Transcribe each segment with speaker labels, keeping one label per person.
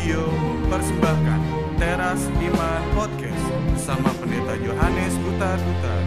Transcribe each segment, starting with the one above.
Speaker 1: Radio mempersembahkan Teras Iman Podcast bersama Pendeta Yohanes Hutar-Hutar.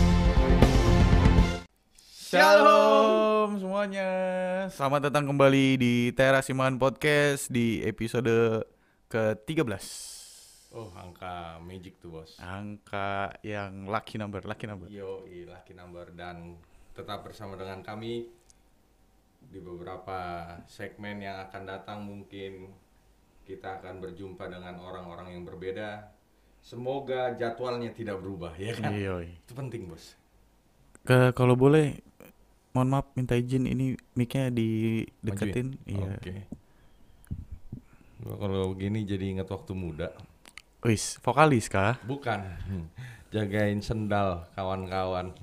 Speaker 1: Shalom semuanya. Selamat datang kembali di Teras Iman Podcast di episode ke-13.
Speaker 2: Oh, angka magic tuh, Bos.
Speaker 1: Angka yang lucky number.
Speaker 2: Yoi, lucky number. Dan tetap bersama dengan kami di beberapa segmen yang akan datang. Mungkin kita akan berjumpa dengan orang-orang yang berbeda. Semoga jadwalnya tidak berubah, ya kan?
Speaker 1: Yoi.
Speaker 2: Itu penting, Bos.
Speaker 1: Kalau boleh, mohon maaf minta izin ini mic-nya dideketin. Iya.
Speaker 2: Oke. Gua kalau begini jadi ingat waktu muda.
Speaker 1: Wis, vokalis kah?
Speaker 2: Bukan. Jagain sendal kawan-kawan.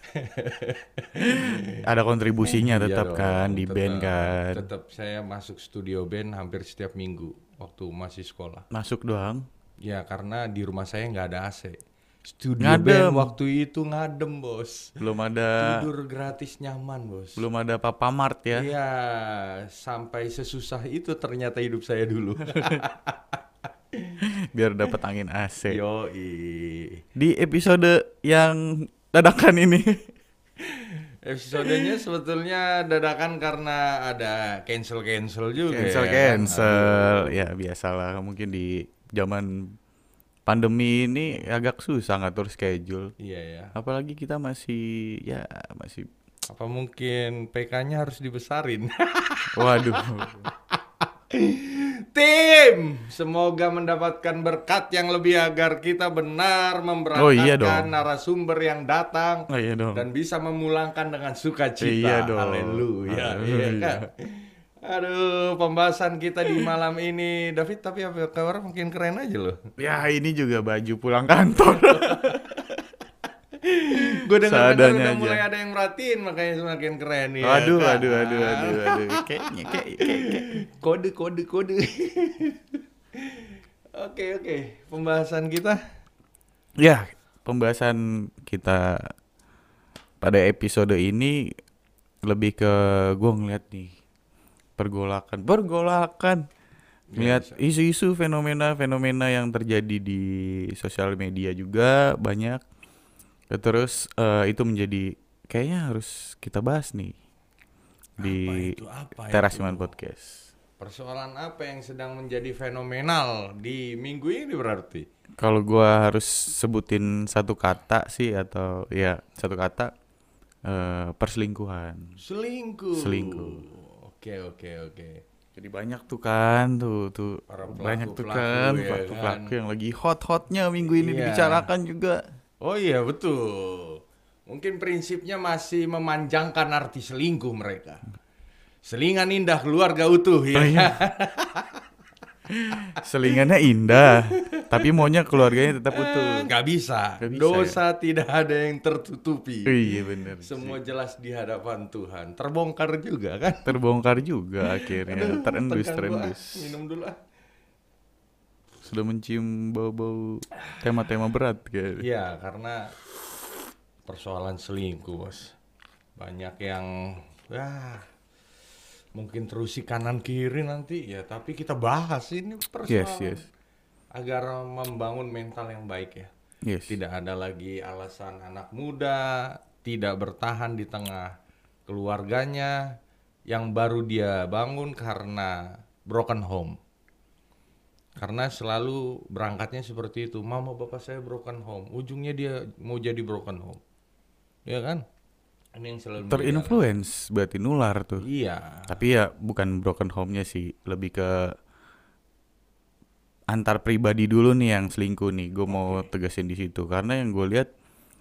Speaker 1: Ada kontribusinya
Speaker 2: Iya
Speaker 1: tetap
Speaker 2: dong,
Speaker 1: kan di band kan.
Speaker 2: Tetap saya masuk studio band hampir setiap minggu waktu masih sekolah.
Speaker 1: Masuk doang.
Speaker 2: Ya karena di rumah saya nggak ada AC. Studio
Speaker 1: Ngadem.
Speaker 2: band waktu itu ngadem, Bos.
Speaker 1: Belum ada
Speaker 2: Tidur gratis nyaman, Bos.
Speaker 1: belum ada Papamart ya.
Speaker 2: Iya, sampai sesusah itu ternyata hidup saya dulu.
Speaker 1: Biar dapat angin AC.
Speaker 2: Yoi.
Speaker 1: Di episode yang dadakan ini.
Speaker 2: Episodenya sebetulnya dadakan karena ada cancel juga.
Speaker 1: Cancel. Ya biasalah, mungkin di zaman pandemi ini agak susah ngatur schedule.
Speaker 2: Iya ya.
Speaker 1: Apalagi kita masih
Speaker 2: Apa mungkin PK-nya harus dibesarin?
Speaker 1: waduh.
Speaker 2: Tim, semoga mendapatkan berkat yang lebih agar kita benar memberangkatkan
Speaker 1: Oh, iya dong.
Speaker 2: narasumber yang datang
Speaker 1: Oh iya dong.
Speaker 2: dan bisa memulangkan dengan sukacita.
Speaker 1: Iya dong.
Speaker 2: Haleluya.
Speaker 1: Haleluya.
Speaker 2: Iya kan? Aduh, pembahasan kita di malam ini, David, tapi apa kabar makin keren aja loh.
Speaker 1: Ya ini juga baju pulang kantor.
Speaker 2: Gue dengar
Speaker 1: Seadanya
Speaker 2: udah
Speaker 1: aja.
Speaker 2: mulai ada yang merhatiin, makanya semakin keren ya.
Speaker 1: Aduh.
Speaker 2: kan?
Speaker 1: Kayaknya.
Speaker 2: Kode. Oke. Pembahasan kita.
Speaker 1: Ya, pembahasan kita pada episode ini lebih ke gue ngeliat nih pergolakan ngeliat isu-isu fenomena yang terjadi di sosial media juga banyak. Terus itu menjadi kayaknya harus kita bahas nih di
Speaker 2: Apa
Speaker 1: Teras
Speaker 2: itu?
Speaker 1: Iman Podcast.
Speaker 2: Persoalan apa yang sedang menjadi fenomenal di minggu ini berarti?
Speaker 1: Kalau gua harus sebutin satu kata sih atau ya satu kata, perselingkuhan.
Speaker 2: Selingkuh. Oke.
Speaker 1: Jadi banyak tuh kan tuh
Speaker 2: Para
Speaker 1: banyak tuh
Speaker 2: pelaku-pelaku
Speaker 1: kan
Speaker 2: ya
Speaker 1: pelaku-pelaku
Speaker 2: kan?
Speaker 1: yang lagi hot-hotnya minggu ini
Speaker 2: Iya.
Speaker 1: dibicarakan juga.
Speaker 2: Oh iya betul. Mungkin prinsipnya masih memanjangkan arti selingkuh mereka. Selingan indah keluarga utuh ya.
Speaker 1: Oh, iya. Selingannya indah, tapi maunya keluarganya tetap utuh.
Speaker 2: Nggak bisa.
Speaker 1: Nggak bisa,
Speaker 2: Dosa tidak ada yang tertutupi.
Speaker 1: Iya benar.
Speaker 2: Semua jelas di hadapan Tuhan. Terbongkar juga kan?
Speaker 1: Terbongkar juga akhirnya. Terendus.
Speaker 2: tegang gua. Minum dulu ah.
Speaker 1: Sudah mencium bau-bau tema-tema berat kayak.
Speaker 2: Iya, karena persoalan selingkuh, Bos. Banyak yang mungkin terusi kanan kiri nanti ya, tapi kita bahas ini persoalan
Speaker 1: Yes.
Speaker 2: agar membangun mental yang baik ya.
Speaker 1: Yes.
Speaker 2: Tidak ada lagi alasan anak muda tidak bertahan di tengah keluarganya yang baru dia bangun karena broken home. Karena selalu berangkatnya seperti itu. Mama bapak saya broken home. Ujungnya dia mau jadi broken home. Ya kan? Ini yang selalu
Speaker 1: Terinfluence berarti nular tuh.
Speaker 2: Iya.
Speaker 1: Tapi ya bukan broken home-nya sih, lebih ke antar pribadi dulu nih yang selingkuh nih. Gue mau tegasin di situ karena yang gue lihat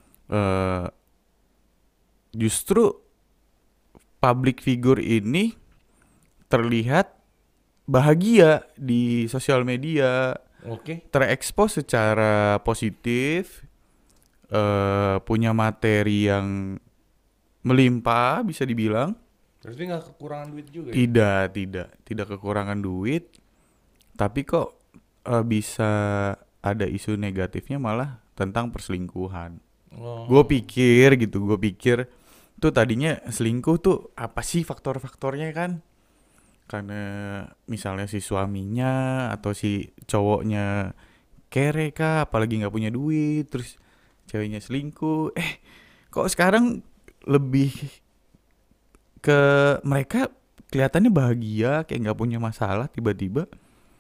Speaker 1: justru public figure ini terlihat bahagia di sosial media,
Speaker 2: Oke.
Speaker 1: terekspos secara positif, punya materi yang melimpah bisa dibilang.
Speaker 2: Berarti nggak kekurangan duit juga ya?
Speaker 1: Tidak kekurangan duit, tapi kok bisa ada isu negatifnya malah tentang perselingkuhan.
Speaker 2: Oh.
Speaker 1: Gue pikir tuh tadinya selingkuh tuh apa sih faktor-faktornya kan? karena misalnya si suaminya atau si cowoknya kere kah, apalagi nggak punya duit, terus ceweknya selingkuh. Kok sekarang lebih ke mereka kelihatannya bahagia, kayak nggak punya masalah, tiba-tiba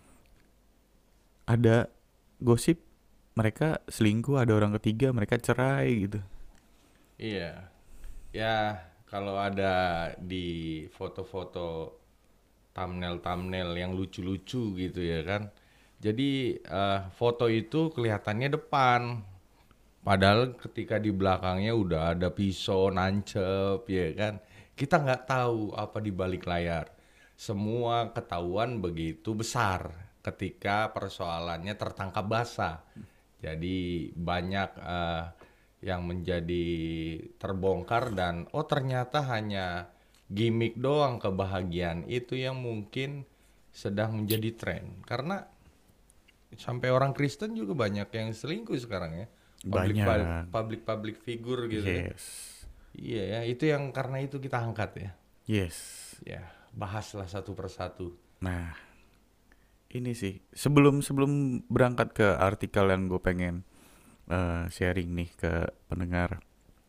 Speaker 1: ada gosip mereka selingkuh, ada orang ketiga, mereka cerai gitu.
Speaker 2: Iya. Ya, kalau ada di foto-foto thumbnail-thumbnail yang lucu-lucu gitu ya kan. Jadi foto itu kelihatannya depan. Padahal ketika di belakangnya udah ada pisau nancep ya kan. Kita nggak tahu apa di balik layar. Semua ketahuan begitu besar ketika persoalannya tertangkap basah. Jadi banyak yang menjadi terbongkar dan ternyata hanya gimmick doang kebahagiaan itu yang mungkin sedang menjadi tren. Karena sampai orang Kristen juga banyak yang selingkuh sekarang ya.
Speaker 1: Banyak.
Speaker 2: Public figure gitu ya.
Speaker 1: Yes.
Speaker 2: Iya ya, itu yang karena itu kita angkat ya.
Speaker 1: Yes.
Speaker 2: Ya, bahaslah satu persatu.
Speaker 1: Nah, ini sih sebelum berangkat ke artikel yang gue pengen sharing nih ke pendengar,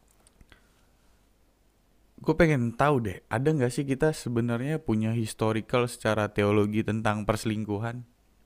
Speaker 1: gue pengen tahu deh, ada nggak sih kita sebenarnya punya historical secara teologi tentang perselingkuhan?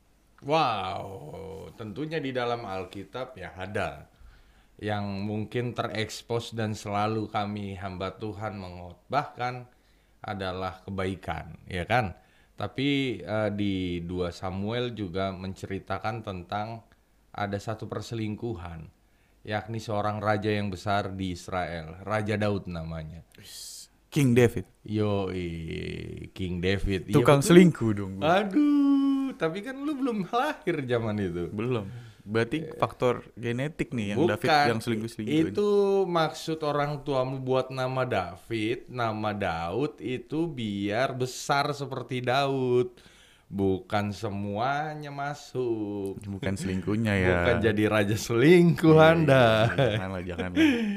Speaker 2: Wow, tentunya di dalam Alkitab ya ada yang mungkin terekspos dan selalu kami hamba Tuhan mengkhotbahkan adalah kebaikan, ya kan? Tapi di 2 Samuel juga menceritakan tentang ada satu perselingkuhan, yakni seorang raja yang besar di Israel, Raja Daud namanya.
Speaker 1: King David.
Speaker 2: King David. Iya,
Speaker 1: Tukang
Speaker 2: betul.
Speaker 1: selingkuh dong gue.
Speaker 2: Aduh, tapi kan lu belum lahir zaman itu.
Speaker 1: Belum. Berarti faktor genetik nih yang David
Speaker 2: Bukan,
Speaker 1: yang selingkuh-selingkuh.
Speaker 2: itu maksud orang tuamu buat nama David, nama Daud itu biar besar seperti Daud. Bukan semuanya masuk.
Speaker 1: Bukan selingkuhnya ya.
Speaker 2: Bukan jadi raja selingkuh Anda.
Speaker 1: Janganlah.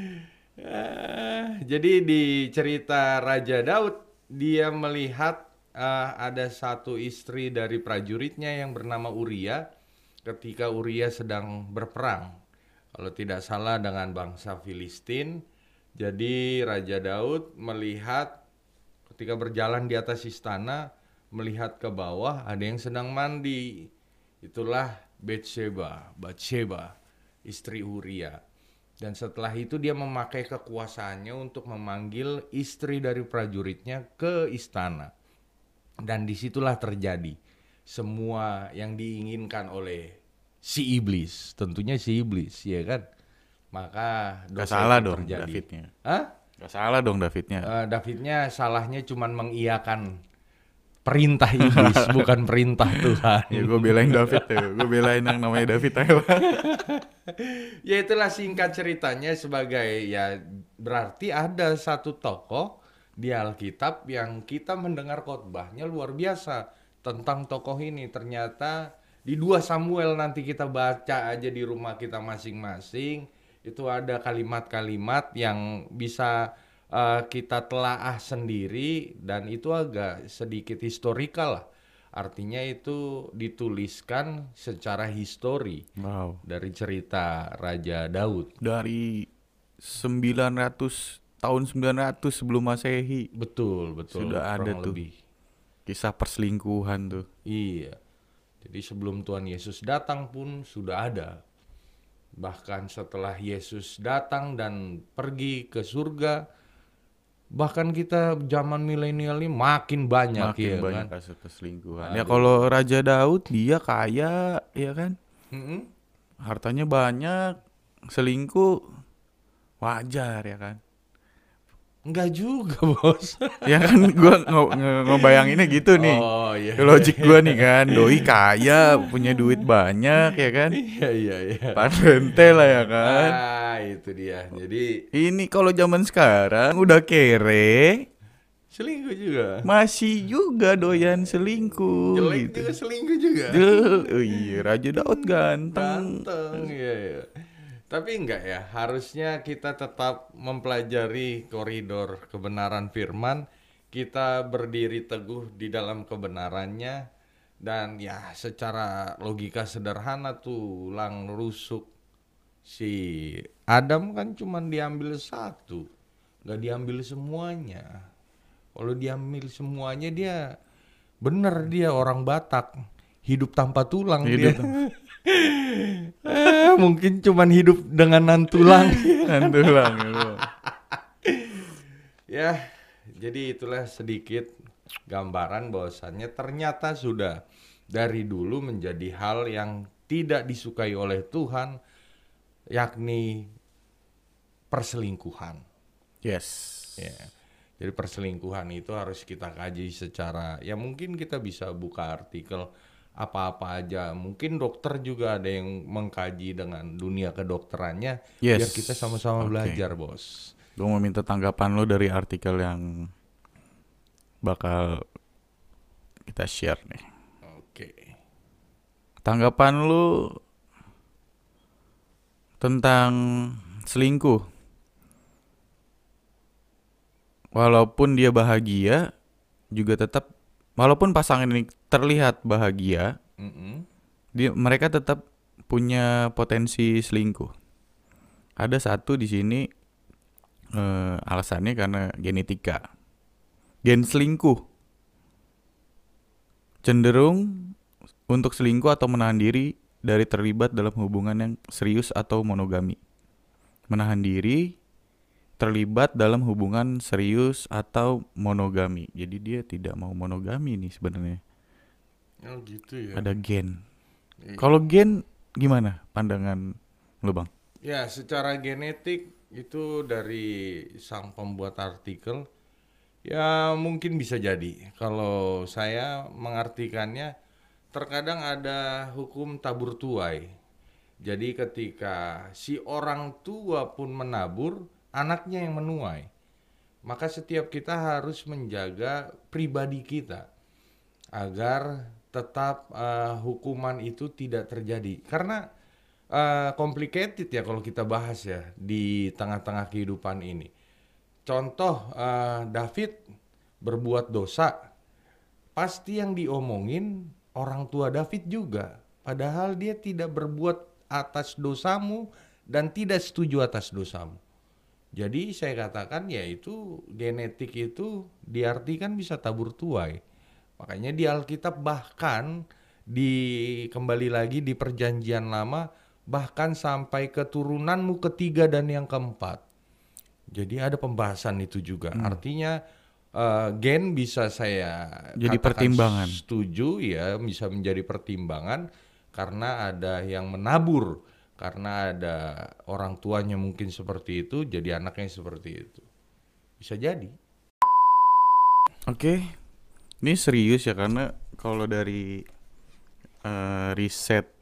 Speaker 2: Jadi di cerita Raja Daud, dia melihat ada satu istri dari prajuritnya yang bernama Uria ketika Uria sedang berperang. Kalau tidak salah dengan bangsa Filistin. Jadi Raja Daud melihat ketika berjalan di atas istana, melihat ke bawah ada yang sedang mandi. Itulah Batsheba, istri Uria. Dan setelah itu dia memakai kekuasaannya untuk memanggil istri dari prajuritnya ke istana. Dan disitulah terjadi semua yang diinginkan oleh si iblis. Tentunya si iblis, ya kan? Maka
Speaker 1: Gak
Speaker 2: dosa
Speaker 1: salah
Speaker 2: itu
Speaker 1: dong
Speaker 2: terjadi.
Speaker 1: Davidnya.
Speaker 2: Hah?
Speaker 1: Gak salah dong Davidnya.
Speaker 2: Davidnya salahnya cuman mengiyakan perintah iblis, bukan perintah Tuhan.
Speaker 1: Ya gue belain David tuh. Gue belain yang namanya David ayo.
Speaker 2: Ya itulah singkat ceritanya sebagai ya berarti ada satu tokoh di Alkitab yang kita mendengar khotbahnya luar biasa tentang tokoh ini. Ternyata di 2 Samuel nanti kita baca aja di rumah kita masing-masing itu ada kalimat-kalimat yang bisa kita telaah sendiri dan itu agak sedikit historikal lah. Artinya itu dituliskan secara histori.
Speaker 1: Wow.
Speaker 2: Dari cerita Raja Daud.
Speaker 1: Dari tahun 900 sebelum Masehi.
Speaker 2: Betul.
Speaker 1: Sudah ada tuh.
Speaker 2: Lebih.
Speaker 1: Kisah perselingkuhan tuh.
Speaker 2: Iya. Jadi sebelum Tuhan Yesus datang pun sudah ada. Bahkan setelah Yesus datang dan pergi ke surga, bahkan kita zaman milenial ini makin banyak
Speaker 1: Makin
Speaker 2: ya
Speaker 1: banyak
Speaker 2: kan?
Speaker 1: kasus perselingkuhan. Ya kalau Raja Daud dia kaya, ya kan?
Speaker 2: Mm-mm.
Speaker 1: Hartanya banyak, selingkuh wajar ya kan?
Speaker 2: Enggak juga bos.
Speaker 1: Ya kan gue ngebayanginnya gitu nih.
Speaker 2: Oh iya.
Speaker 1: Logik gue nih kan, doi kaya, punya duit banyak ya kan?
Speaker 2: Iya.
Speaker 1: Parente lah ya kan?
Speaker 2: Itu dia. Jadi
Speaker 1: Ini kalau zaman sekarang udah kere,
Speaker 2: selingkuh juga.
Speaker 1: masih juga doyan selingkuh
Speaker 2: Jelek
Speaker 1: gitu.
Speaker 2: juga selingkuh juga.
Speaker 1: Oh iya, Raja Daud ganteng.
Speaker 2: Iya. Tapi enggak ya, harusnya kita tetap mempelajari koridor kebenaran firman. kita berdiri teguh di dalam kebenarannya, dan ya secara logika sederhana tulang rusuk si Adam kan cuma diambil satu, nggak diambil semuanya. Kalau diambil semuanya dia bener, dia orang Batak, hidup tanpa tulang dia.
Speaker 1: Hidup
Speaker 2: Mungkin cuman hidup dengan tulang.
Speaker 1: kan tulang gitu.
Speaker 2: Ya, jadi itulah sedikit gambaran bahwasannya ternyata sudah dari dulu menjadi hal yang tidak disukai oleh Tuhan, yakni perselingkuhan.
Speaker 1: Yes.
Speaker 2: Ya. Jadi perselingkuhan itu harus kita kaji secara, ya mungkin kita bisa buka artikel apa-apa aja. Mungkin dokter juga ada yang mengkaji dengan dunia kedokterannya,
Speaker 1: Yes.
Speaker 2: biar kita sama-sama
Speaker 1: Oke.
Speaker 2: belajar, Bos.
Speaker 1: Gue mau minta tanggapan lo dari artikel yang bakal kita share nih.
Speaker 2: Oke.
Speaker 1: Tanggapan lo tentang selingkuh. Walaupun dia bahagia, juga tetap, walaupun pasangan ini terlihat bahagia, mereka tetap punya potensi selingkuh. Ada satu di sini alasannya karena genetika. Gen selingkuh cenderung untuk selingkuh atau menahan diri dari terlibat dalam hubungan yang serius atau monogami. Menahan diri terlibat dalam hubungan serius atau monogami. Jadi dia tidak mau monogami nih sebenarnya.
Speaker 2: Oh gitu ya.
Speaker 1: Ada gen. Kalau gen gimana pandangan lo, Bang?
Speaker 2: Ya, secara genetik itu dari sang pembuat artikel, ya mungkin bisa jadi. Kalau saya mengartikannya, terkadang ada hukum tabur tuai. Jadi ketika si orang tua pun menabur, anaknya yang menuai. Maka setiap kita harus menjaga pribadi kita agar tetap hukuman itu tidak terjadi. Karena complicated ya kalau kita bahas ya di tengah-tengah kehidupan ini. Contoh David berbuat dosa, pasti yang diomongin orang tua David juga. Padahal dia tidak berbuat atas dosamu dan tidak setuju atas dosamu. Jadi saya katakan ya itu genetik itu diartikan bisa tabur tuai. Makanya di Alkitab bahkan kembali lagi di perjanjian lama bahkan sampai keturunanmu ketiga dan yang keempat. Jadi ada pembahasan itu juga. Artinya gen bisa saya
Speaker 1: Jadi
Speaker 2: katakan
Speaker 1: pertimbangan.
Speaker 2: setuju ya, bisa menjadi pertimbangan karena ada yang menabur, karena ada orang tuanya mungkin seperti itu, jadi anaknya seperti itu. Bisa jadi.
Speaker 1: Oke. Ini serius ya karena kalau dari riset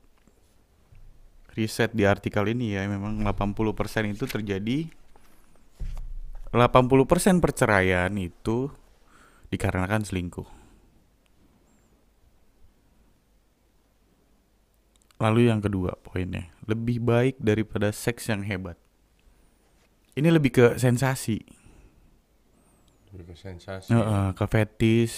Speaker 1: di artikel ini ya memang 80% itu terjadi 80% perceraian itu dikarenakan selingkuh. Lalu yang kedua poinnya, lebih baik daripada seks yang hebat. Ini lebih ke sensasi.
Speaker 2: Lebih ke sensasi.
Speaker 1: Ke fetis.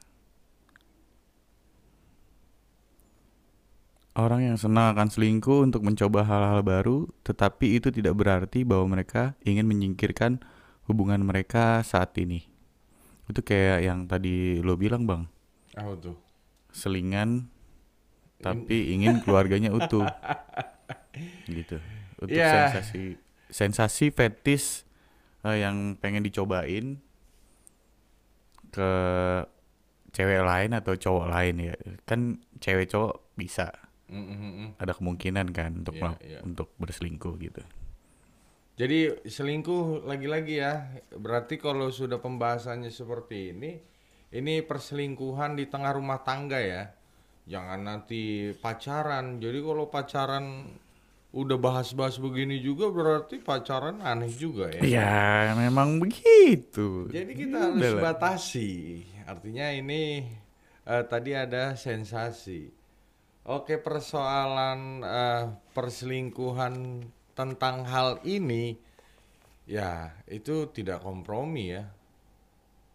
Speaker 1: Orang yang senang akan selingkuh untuk mencoba hal-hal baru, tetapi itu tidak berarti bahwa mereka ingin menyingkirkan hubungan mereka saat ini. Itu kayak yang tadi lo bilang, Bang.
Speaker 2: Apa tuh?
Speaker 1: Selingan tapi ingin keluarganya utuh. Gitu. Untuk
Speaker 2: Ya.
Speaker 1: sensasi fetis yang pengen dicobain ke cewek lain atau cowok lain ya. Kan cewek cowok bisa. Ada kemungkinan kan untuk berselingkuh gitu.
Speaker 2: Jadi selingkuh lagi-lagi ya, berarti kalau sudah pembahasannya seperti ini perselingkuhan di tengah rumah tangga ya. Jangan nanti pacaran. Jadi kalau pacaran udah bahas-bahas begini juga berarti pacaran aneh juga ya.
Speaker 1: Ya memang begitu.
Speaker 2: Jadi kita harus batasi. Artinya ini tadi ada sensasi. Oke, persoalan perselingkuhan tentang hal ini ya itu tidak kompromi ya.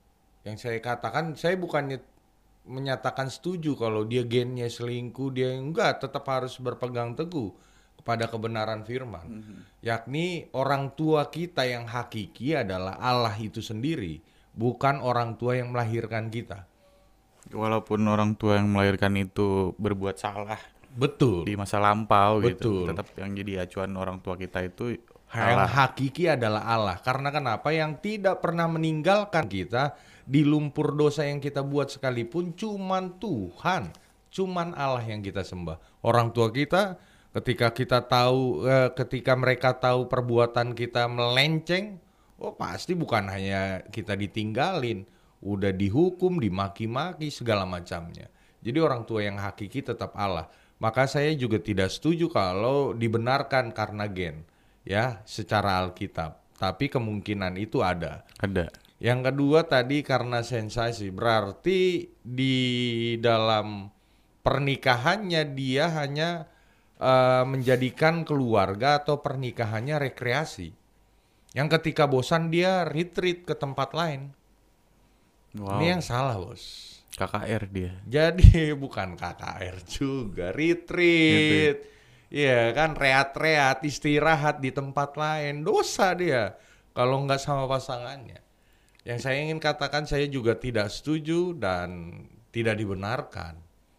Speaker 2: Yang saya katakan, saya bukannya menyatakan setuju kalau dia gennya selingkuh, dia enggak, tetap harus berpegang teguh kepada kebenaran firman. Yakni orang tua kita yang hakiki adalah Allah itu sendiri, bukan orang tua yang melahirkan kita.
Speaker 1: Walaupun orang tua yang melahirkan itu berbuat salah
Speaker 2: Betul.
Speaker 1: di masa lampau gitu,
Speaker 2: Betul.
Speaker 1: tetap yang jadi acuan orang tua kita itu
Speaker 2: Yang
Speaker 1: Allah.
Speaker 2: hakiki adalah Allah. Karena kenapa? Yang tidak pernah meninggalkan kita di lumpur dosa yang kita buat sekalipun cuman Tuhan. Cuman Allah yang kita sembah. Orang tua kita ketika kita tahu ketika mereka tahu perbuatan kita melenceng, oh pasti bukan hanya kita ditinggalin, udah dihukum, dimaki-maki segala macamnya. Jadi orang tua yang hakiki tetap Allah. Maka saya juga tidak setuju kalau dibenarkan karena gen. Ya, secara Alkitab. Tapi kemungkinan itu ada.
Speaker 1: Ada.
Speaker 2: Yang kedua tadi karena sensasi. Berarti di dalam pernikahannya dia hanya menjadikan keluarga atau pernikahannya rekreasi. Yang ketika bosan dia retreat ke tempat lain.
Speaker 1: Wow.
Speaker 2: Ini yang salah, Bos.
Speaker 1: KKR dia.
Speaker 2: Jadi bukan KKR juga, retreat. Iya kan, rehat-rehat, istirahat di tempat lain. Dosa dia kalau nggak sama pasangannya. Yang saya ingin katakan, saya juga tidak setuju dan tidak dibenarkan.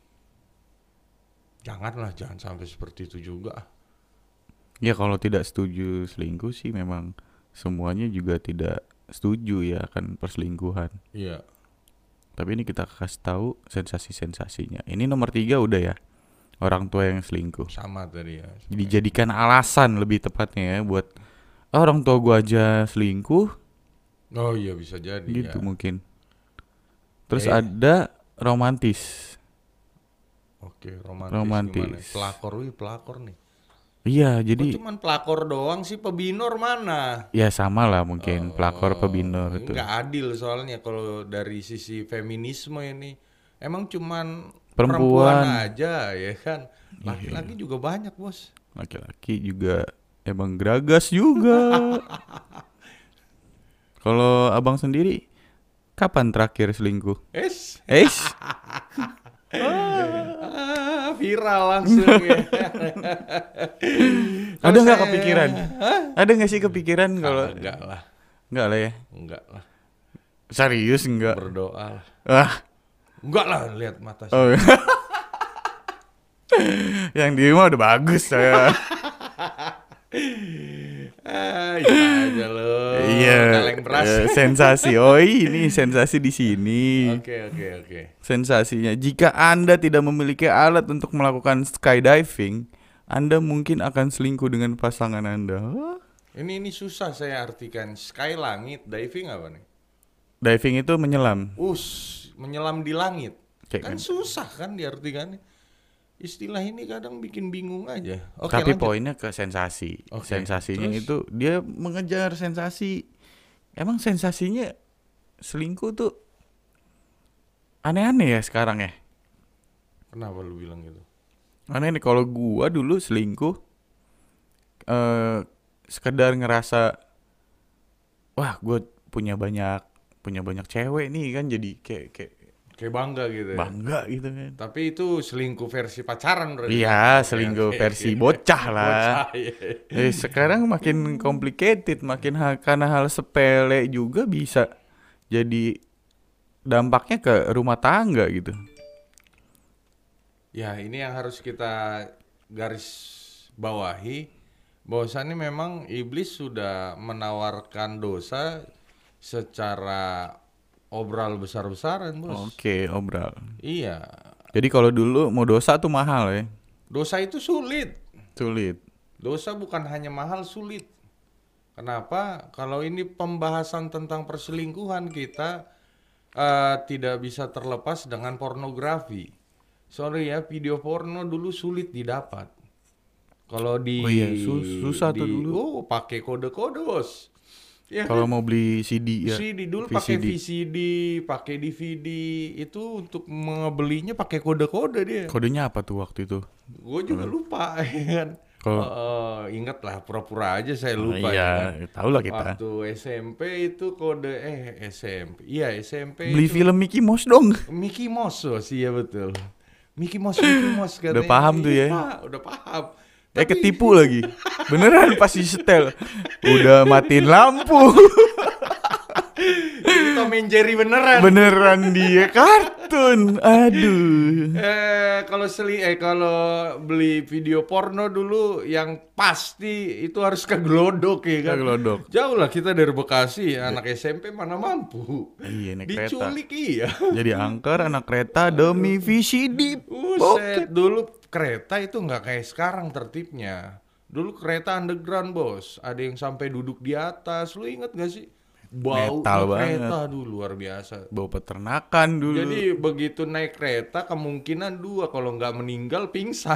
Speaker 2: Jangan sampai seperti itu juga.
Speaker 1: Ya kalau tidak setuju selingkuh sih memang semuanya juga tidak setuju ya akan perselingkuhan.
Speaker 2: Iya.
Speaker 1: Tapi ini kita kasih tahu sensasi-sensasinya. Ini nomor 3 udah ya. Orang tua yang selingkuh.
Speaker 2: Sama tadi ya.
Speaker 1: Dijadikan alasan lebih tepatnya ya buat orang tua gua aja selingkuh
Speaker 2: Oh iya bisa jadi
Speaker 1: gitu
Speaker 2: ya.
Speaker 1: mungkin. Terus ada romantis.
Speaker 2: Oke, romantis.
Speaker 1: Romantis.
Speaker 2: Gimana? Pelakor nih.
Speaker 1: Iya,
Speaker 2: Kok
Speaker 1: jadi
Speaker 2: cuman pelakor doang sih, pebinor mana?
Speaker 1: ya sama lah mungkin pelakor pebinor itu.
Speaker 2: Nggak adil soalnya kalau dari sisi feminisme ini. Emang cuman
Speaker 1: Perempuan.
Speaker 2: aja ya kan. Laki-laki juga banyak, Bos.
Speaker 1: Laki-laki juga emang geragas juga. Kalau abang sendiri kapan terakhir selingkuh?
Speaker 2: Viral langsung ya.
Speaker 1: Ada nggak kepikiran? Ada nggak sih kepikiran kalau?
Speaker 2: Enggak lah.
Speaker 1: Enggak lah ya.
Speaker 2: Enggak lah.
Speaker 1: Serius enggak?
Speaker 2: Berdoa lah.
Speaker 1: Ah.
Speaker 2: Enggak lah, lihat mata saya.
Speaker 1: Oh. Yang di rumah udah bagus saya.
Speaker 2: Iya aja lo.
Speaker 1: Iya.
Speaker 2: Kaleng beras.
Speaker 1: Sensasi. Oh, ini sensasi di sini.
Speaker 2: Oke.
Speaker 1: Sensasinya, jika Anda tidak memiliki alat untuk melakukan skydiving, Anda mungkin akan selingkuh dengan pasangan Anda.
Speaker 2: Ini susah saya artikan. Sky langit, diving apa nih?
Speaker 1: Diving itu menyelam.
Speaker 2: Menyelam di langit.
Speaker 1: Kayak
Speaker 2: Kan susah kan diartikannya. Istilah ini kadang bikin bingung aja. Oke,
Speaker 1: Tapi
Speaker 2: lanjut.
Speaker 1: poinnya ke sensasi.
Speaker 2: Oke,
Speaker 1: Sensasinya
Speaker 2: terus?
Speaker 1: itu dia mengejar sensasi. Emang sensasinya selingkuh tuh aneh-aneh ya sekarang ya.
Speaker 2: Kenapa lu bilang gitu?
Speaker 1: Aneh nih kalau gua dulu selingkuh sekedar ngerasa wah gua punya banyak cewek nih kan, jadi kayak
Speaker 2: Kayak bangga gitu ya.
Speaker 1: bangga gitu kan.
Speaker 2: Tapi itu selingkuh versi pacaran berarti.
Speaker 1: Iya,
Speaker 2: Oke,
Speaker 1: selingkuh
Speaker 2: oke.
Speaker 1: versi bocah lah.
Speaker 2: Bocah, iya.
Speaker 1: Sekarang makin complicated, makin karena hal sepele juga bisa jadi dampaknya ke rumah tangga gitu.
Speaker 2: Ya, ini yang harus kita garis bawahi. Bahwasannya memang iblis sudah menawarkan dosa secara obral besar-besaran, Bos.
Speaker 1: Oke, obral.
Speaker 2: Iya.
Speaker 1: Jadi kalau dulu mau dosa tuh mahal ya.
Speaker 2: Dosa itu sulit.
Speaker 1: Sulit.
Speaker 2: Dosa bukan hanya mahal, sulit. Kenapa? Kalau ini pembahasan tentang perselingkuhan, kita tidak bisa terlepas dengan pornografi. Sorry ya, video porno dulu sulit didapat. Kalau di
Speaker 1: Oh iya, susah tuh dulu.
Speaker 2: Oh, pakai kode-kode, Bos. Ya
Speaker 1: Kalau
Speaker 2: kan?
Speaker 1: mau beli CD ya.
Speaker 2: CD dulu pakai VCD, pakai DVD, itu untuk membelinya pakai kode-kode dia.
Speaker 1: Kodenya apa tuh waktu itu?
Speaker 2: Gue juga lupa ya kan.
Speaker 1: Kalau
Speaker 2: Ingat lah, pura-pura aja saya
Speaker 1: oh,
Speaker 2: lupa ya kan.
Speaker 1: iya, tahu lah kita.
Speaker 2: Waktu SMP itu kode SMP. Iya, SMP
Speaker 1: Beli
Speaker 2: itu
Speaker 1: film Mickey Mouse dong.
Speaker 2: Mickey Mouse sih ya betul. Mickey Mouse katanya.
Speaker 1: Udah paham tuh ya.
Speaker 2: Iya, udah paham.
Speaker 1: Ketipu lagi. Beneran pas disetel. Udah matiin lampu.
Speaker 2: Ini Tom and Jerry beneran.
Speaker 1: Beneran dia kartun. Aduh.
Speaker 2: Kalau beli video porno dulu yang pasti itu harus ke Glodok ya kan.
Speaker 1: Ke Glodok.
Speaker 2: Jauh lah kita dari Bekasi, anak SMP mana mampu.
Speaker 1: Iya, naik kereta.
Speaker 2: Diculik iya.
Speaker 1: Jadi angker anak kereta demi VCD.
Speaker 2: Buset, dulu kereta itu nggak kayak sekarang tertibnya. Dulu kereta underground bos, ada yang sampai duduk di atas. Lu inget gak sih? Bau
Speaker 1: Metal
Speaker 2: kereta dulu luar biasa.
Speaker 1: Bau peternakan dulu.
Speaker 2: Jadi begitu naik kereta kemungkinan dua, kalau nggak meninggal pingsan.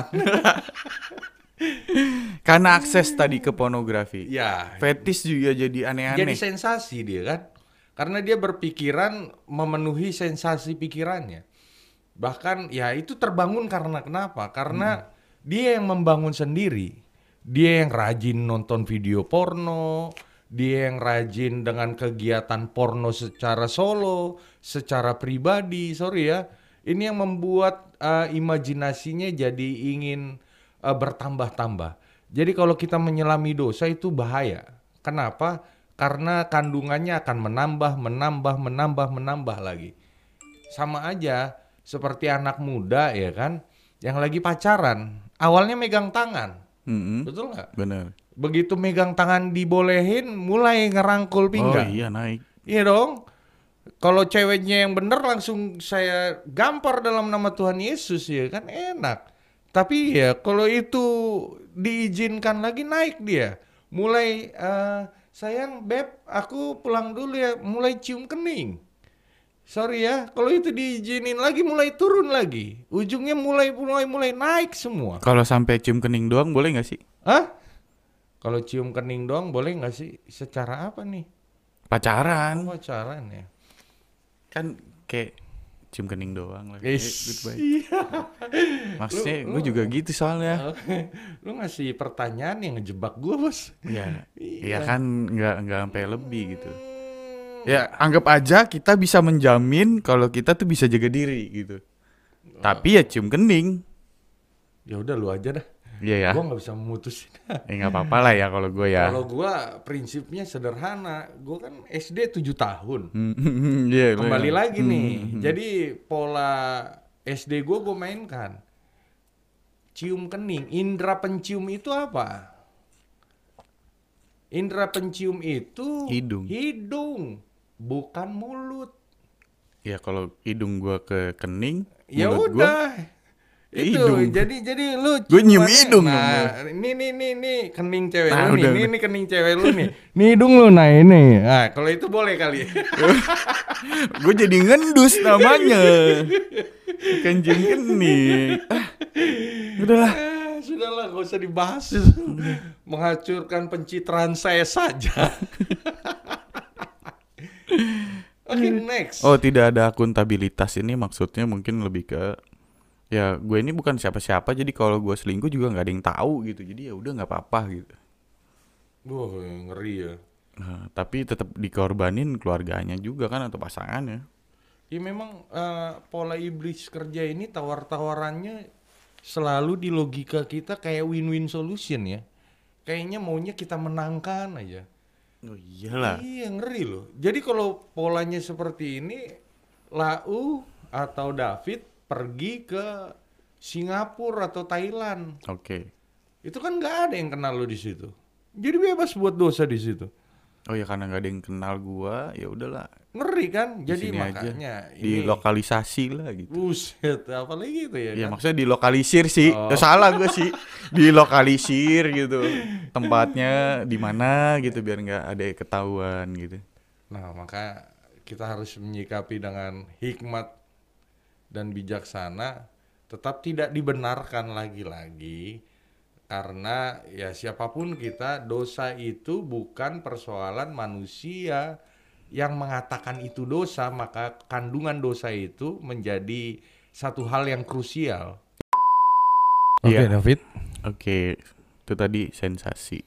Speaker 1: Karena akses tadi ke pornografi.
Speaker 2: Ya,
Speaker 1: Fetis juga jadi
Speaker 2: jadi
Speaker 1: aneh-aneh.
Speaker 2: sensasi dia kan. Karena dia berpikiran memenuhi sensasi pikirannya. Bahkan ya itu terbangun karena kenapa? Karena dia yang membangun sendiri. Dia yang rajin nonton video porno, dia yang rajin dengan kegiatan porno secara solo, secara pribadi, sorry ya. Ini yang membuat imajinasinya jadi ingin bertambah-tambah. Jadi kalau kita menyelami dosa itu bahaya. Kenapa? Karena kandungannya akan menambah lagi. Sama aja seperti anak muda ya kan, yang lagi pacaran, awalnya megang tangan. Betul nggak?
Speaker 1: Bener.
Speaker 2: Begitu megang tangan dibolehin, mulai ngerangkul pinggang.
Speaker 1: Oh iya naik.
Speaker 2: Iya dong. Kalau ceweknya yang bener langsung saya gampar dalam nama Tuhan Yesus ya kan enak. Tapi ya kalau itu diizinkan lagi naik dia. Mulai sayang beb, aku pulang dulu ya. Mulai cium kening. Sorry ya, kalau itu diizinin lagi mulai turun lagi. Ujungnya mulai naik semua.
Speaker 1: Kalau sampai cium kening doang boleh nggak sih?
Speaker 2: Hah? Kalau cium kening doang boleh nggak sih? Secara apa nih?
Speaker 1: Pacaran.
Speaker 2: Pacaran ya.
Speaker 1: Kan kayak cium kening doang lah. Goodbye.
Speaker 2: Iya.
Speaker 1: Maksudnya gue juga gitu soalnya.
Speaker 2: Lu ngasih pertanyaan yang ngejebak gue bos.
Speaker 1: Iya. Iya kan nggak sampai lebih gitu. Ya anggap aja kita bisa menjamin kalau kita tuh bisa jaga diri gitu. Tapi ya cium kening.
Speaker 2: Ya udah lu aja dah.
Speaker 1: Iya ya.
Speaker 2: Gue nggak bisa memutusin.
Speaker 1: Nggak apa-apa lah ya kalau gue ya.
Speaker 2: Kalau gue prinsipnya sederhana. Gue kan SD 7 tahun.
Speaker 1: Yeah,
Speaker 2: Kembali lagi nih. Jadi pola SD gue mainkan. Cium kening. Indra pencium itu apa? Indra pencium itu hidung. Bukan mulut.
Speaker 1: Ya kalau hidung gua ke kening,
Speaker 2: ya
Speaker 1: mulut
Speaker 2: udah.
Speaker 1: Gua,
Speaker 2: itu
Speaker 1: hidung.
Speaker 2: jadi lu
Speaker 1: Gue nyium hidung.
Speaker 2: Nah, ini kening cewek
Speaker 1: nah,
Speaker 2: lu nih.
Speaker 1: udah.
Speaker 2: Ini kening cewek lu nih. Ini hidung lu nah ini. Nah, kalau itu boleh kali.
Speaker 1: Gue jadi ngendus namanya. Bukan cium kening. Udahlah.
Speaker 2: Sudahlah, gak usah dibahas. Menghancurkan pencitraan saya saja. Oke, next.
Speaker 1: Oh, tidak ada akuntabilitas ini maksudnya mungkin lebih ke ya gue ini bukan siapa-siapa jadi kalau gue selingkuh juga nggak ada yang tahu gitu. Jadi ya udah nggak apa-apa gitu.
Speaker 2: Wah, ngeri ya.
Speaker 1: Nah, tapi tetap dikorbanin keluarganya juga kan atau pasangannya.
Speaker 2: Ya memang pola iblis kerja ini tawar-tawarannya selalu di logika kita kayak win-win solution ya. Kayaknya maunya kita menangkan aja.
Speaker 1: Oh iyalah.
Speaker 2: Iya ngeri loh. Jadi kalau polanya seperti ini, Lau atau David pergi ke Singapura atau Thailand.
Speaker 1: Oke.
Speaker 2: Itu kan nggak ada yang kenal lo di situ. Jadi bebas buat dosa di situ.
Speaker 1: Oh ya karena nggak ada yang kenal gua, ya udahlah.
Speaker 2: Ngeri kan? Jadi
Speaker 1: Sini
Speaker 2: makanya
Speaker 1: aja. Dilokalisasi lah gitu.
Speaker 2: Buset, apalagi itu ya
Speaker 1: Ya
Speaker 2: kan?
Speaker 1: maksudnya dilokalisir sih. Ya, salah gue sih. Dilokalisir gitu. Tempatnya di mana gitu biar nggak ada ketahuan gitu.
Speaker 2: Nah, maka kita harus menyikapi dengan hikmat dan bijaksana, tetap tidak dibenarkan lagi-lagi. Karena ya siapapun kita, dosa itu bukan persoalan manusia yang mengatakan itu dosa, maka kandungan dosa itu menjadi satu hal yang krusial.
Speaker 1: Iya.
Speaker 2: David.
Speaker 1: Oke. Itu tadi sensasi.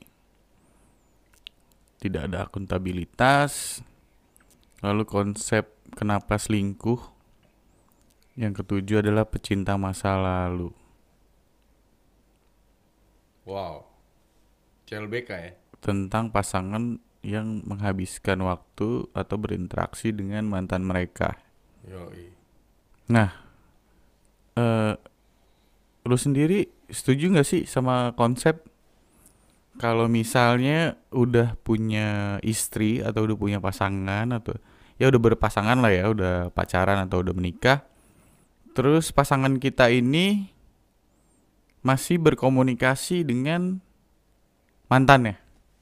Speaker 1: Tidak ada akuntabilitas. Lalu konsep kenapa selingkuh. Yang ketujuh adalah pecinta masa lalu.
Speaker 2: Wow. CLBK ya?
Speaker 1: Tentang pasangan yang menghabiskan waktu atau berinteraksi dengan mantan mereka.
Speaker 2: Yoi.
Speaker 1: Nah, lu sendiri setuju gak sih sama konsep kalau misalnya udah punya istri atau udah punya pasangan atau ya udah berpasangan lah ya, udah pacaran atau udah menikah, terus pasangan kita ini masih berkomunikasi dengan mantannya?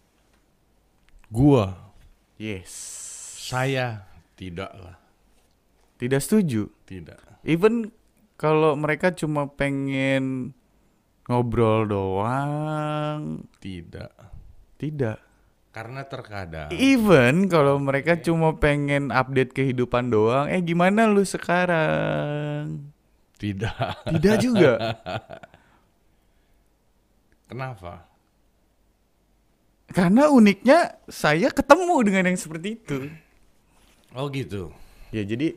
Speaker 2: Gua,
Speaker 1: Yes.
Speaker 2: saya tidak lah.
Speaker 1: Tidak setuju.
Speaker 2: Tidak.
Speaker 1: Even kalau mereka cuma pengen ngobrol doang,
Speaker 2: Tidak.
Speaker 1: tidak.
Speaker 2: Karena terkadang
Speaker 1: Even kalau mereka cuma pengen update kehidupan doang, gimana lu sekarang?
Speaker 2: tidak.
Speaker 1: Tidak juga.
Speaker 2: Kenapa?
Speaker 1: Karena uniknya saya ketemu dengan yang seperti itu.
Speaker 2: Oh gitu.
Speaker 1: Ya jadi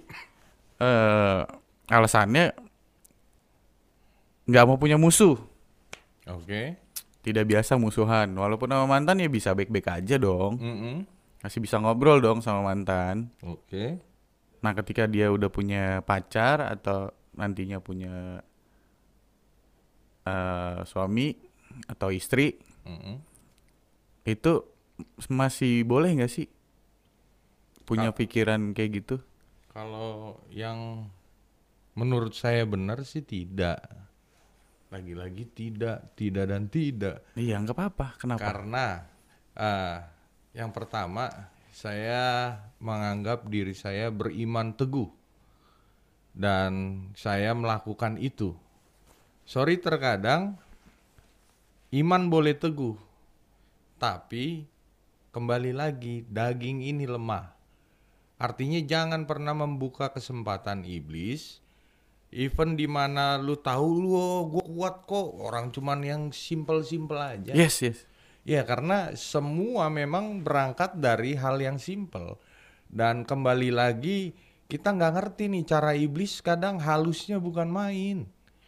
Speaker 1: alasannya nggak mau punya musuh.
Speaker 2: Oke.
Speaker 1: Tidak biasa musuhan. Walaupun sama mantan ya bisa baik-baik aja dong.
Speaker 2: Mm-mm.
Speaker 1: Masih bisa ngobrol dong sama mantan.
Speaker 2: Oke.
Speaker 1: Nah ketika dia udah punya pacar atau nantinya punya suami atau istri,
Speaker 2: Mm-mm.
Speaker 1: itu masih boleh nggak sih punya pikiran kayak gitu?
Speaker 2: Kalau yang menurut saya benar sih tidak. Lagi-lagi tidak dan tidak.
Speaker 1: Iya nggak apa-apa. Kenapa?
Speaker 2: Karena yang pertama saya menganggap diri saya beriman teguh dan saya melakukan itu. Sorry terkadang iman boleh teguh, tapi kembali lagi daging ini lemah. Artinya jangan pernah membuka kesempatan iblis. Even di mana lu tahu lu gue kuat kok, orang cuman yang simple-simple aja.
Speaker 1: Yes.
Speaker 2: Ya karena semua memang berangkat dari hal yang simple. Dan kembali lagi kita nggak ngerti nih cara iblis kadang halusnya bukan main.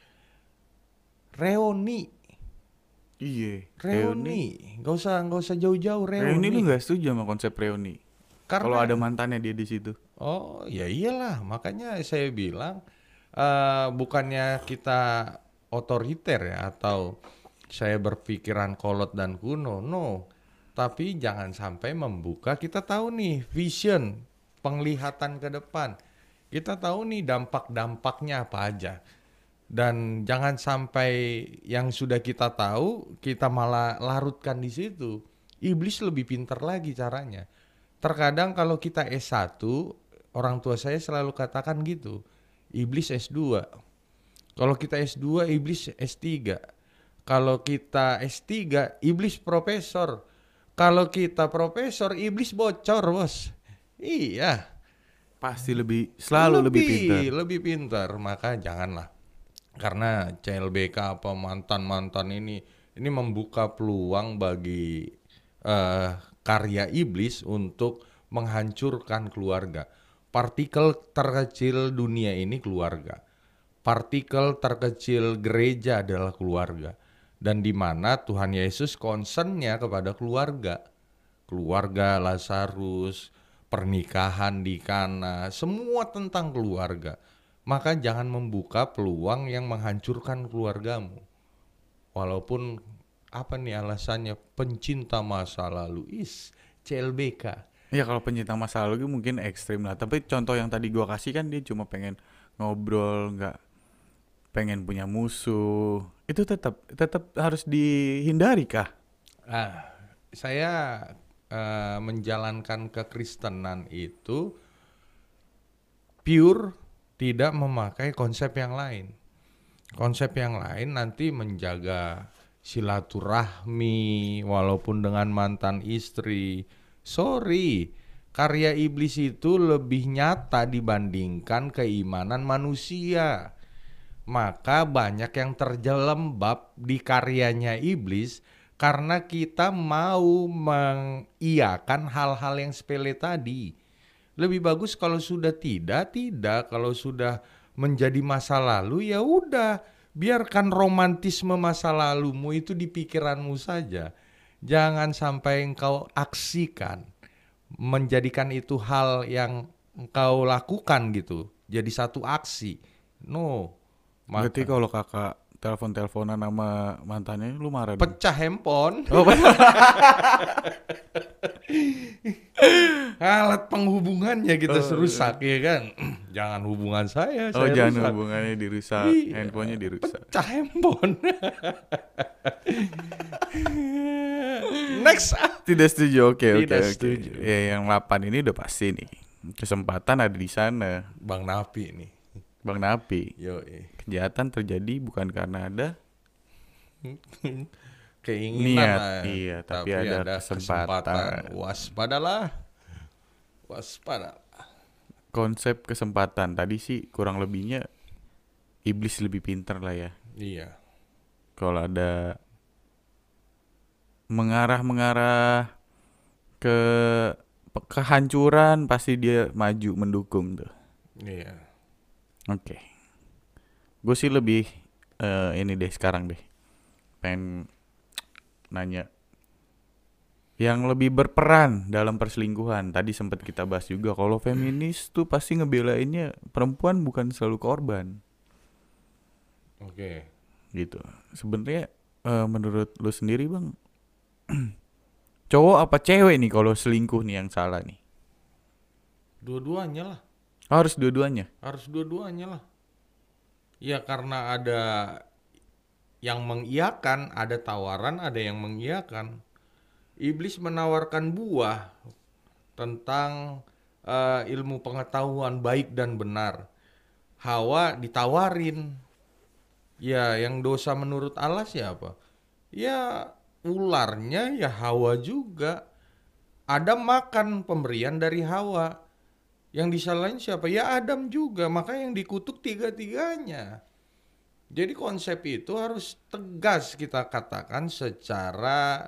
Speaker 2: Reoni,
Speaker 1: Iya.
Speaker 2: nggak usah jauh-jauh
Speaker 1: Reuni lu
Speaker 2: reoni.
Speaker 1: nggak setuju sama konsep reuni? Kalau ada mantannya dia di situ.
Speaker 2: Oh ya iyalah, makanya saya bilang bukannya kita otoriter ya atau saya berpikiran kolot dan kuno, no. Tapi jangan sampai membuka, kita tahu nih vision, penglihatan ke depan. Kita tahu nih dampak-dampaknya apa aja. Dan jangan sampai yang sudah kita tahu, kita malah larutkan di situ. Iblis lebih pintar lagi caranya. Terkadang kalau kita S1, orang tua saya selalu katakan gitu. Iblis S2. Kalau kita S2, iblis S3. Kalau kita S3, iblis profesor. Kalau kita profesor, iblis bocor, bos. Iya.
Speaker 1: Pasti selalu lebih pintar.
Speaker 2: Lebih pintar, maka janganlah. Karena CLBK apa mantan-mantan ini membuka peluang bagi karya iblis untuk menghancurkan keluarga. Partikel terkecil dunia ini keluarga. Partikel terkecil gereja adalah keluarga. Dan di mana Tuhan Yesus concernnya kepada keluarga. Keluarga Lazarus, pernikahan di Kana, semua tentang keluarga. Maka jangan membuka peluang yang menghancurkan keluargamu. Walaupun apa nih alasannya, pencinta masa lalu, CLBK.
Speaker 1: Ya kalau pencinta masa lalu mungkin ekstrim lah. Tapi contoh yang tadi gua kasih kan dia cuma pengen ngobrol, nggak pengen punya musuh. Itu tetap harus dihindari kah?
Speaker 2: Saya menjalankan kekristenan itu pure, tidak memakai konsep yang lain. Konsep yang lain nanti menjaga silaturahmi walaupun dengan mantan istri. Sorry, karya iblis itu lebih nyata dibandingkan keimanan manusia. Maka banyak yang terjelembab di karyanya iblis Karena kita mau mengiyakan hal-hal yang sepele tadi. Lebih bagus kalau sudah tidak. Kalau sudah menjadi masa lalu, ya udah. Biarkan romantisme masa lalumu itu di pikiranmu saja. Jangan sampai engkau aksikan. Menjadikan itu hal yang engkau lakukan gitu. Jadi satu aksi. No.
Speaker 1: Berarti
Speaker 2: Maka
Speaker 1: kalau kakak telepon-teleponan sama mantannya lu marah dong?
Speaker 2: pecah handphone.
Speaker 1: Oh,
Speaker 2: Alat penghubungannya kita serusak ya kan. Jangan hubungan saya
Speaker 1: jangan
Speaker 2: rusak.
Speaker 1: hubungannya dirusak,
Speaker 2: Iya,
Speaker 1: handphonenya dirusak.
Speaker 2: pecah handphone. Next.
Speaker 1: Tidak setuju, oke.
Speaker 2: Tidak setuju.
Speaker 1: Ya yang 8 ini udah pasti nih. Kesempatan ada di sana.
Speaker 2: Bang Napi nih.
Speaker 1: Bang Napi.
Speaker 2: Yo,
Speaker 1: Kejahatan terjadi bukan karena ada
Speaker 2: keinginan
Speaker 1: niat,
Speaker 2: lah.
Speaker 1: iya, tapi ada kesempatan.
Speaker 2: Waspadalah.
Speaker 1: Konsep kesempatan tadi sih kurang lebihnya iblis lebih pintar lah ya.
Speaker 2: Iya.
Speaker 1: Kalau ada mengarah ke kehancuran pasti dia maju mendukung tuh.
Speaker 2: Iya.
Speaker 1: Oke. Gue sih lebih ini deh sekarang deh. Pengen nanya yang lebih berperan dalam perselingkuhan. Tadi sempat kita bahas juga kalau feminis tuh pasti ngebelainnya perempuan bukan selalu korban.
Speaker 2: Oke.
Speaker 1: Gitu. Sebenarnya menurut lu sendiri Bang, cowok apa cewek nih kalau selingkuh nih yang salah nih?
Speaker 2: Dua-duanya lah.
Speaker 1: Harus dua-duanya.
Speaker 2: Harus dua-duanya lah. Ya karena ada yang mengiyakan, ada tawaran, ada yang mengiyakan. Iblis menawarkan buah tentang ilmu pengetahuan baik dan benar. Hawa ditawarin. Ya yang dosa menurut Allah siapa? Ya ularnya, ya Hawa juga. Adam makan pemberian dari Hawa. Yang disalahin siapa? Ya Adam juga. Maka yang dikutuk tiga-tiganya. Jadi konsep itu harus tegas kita katakan secara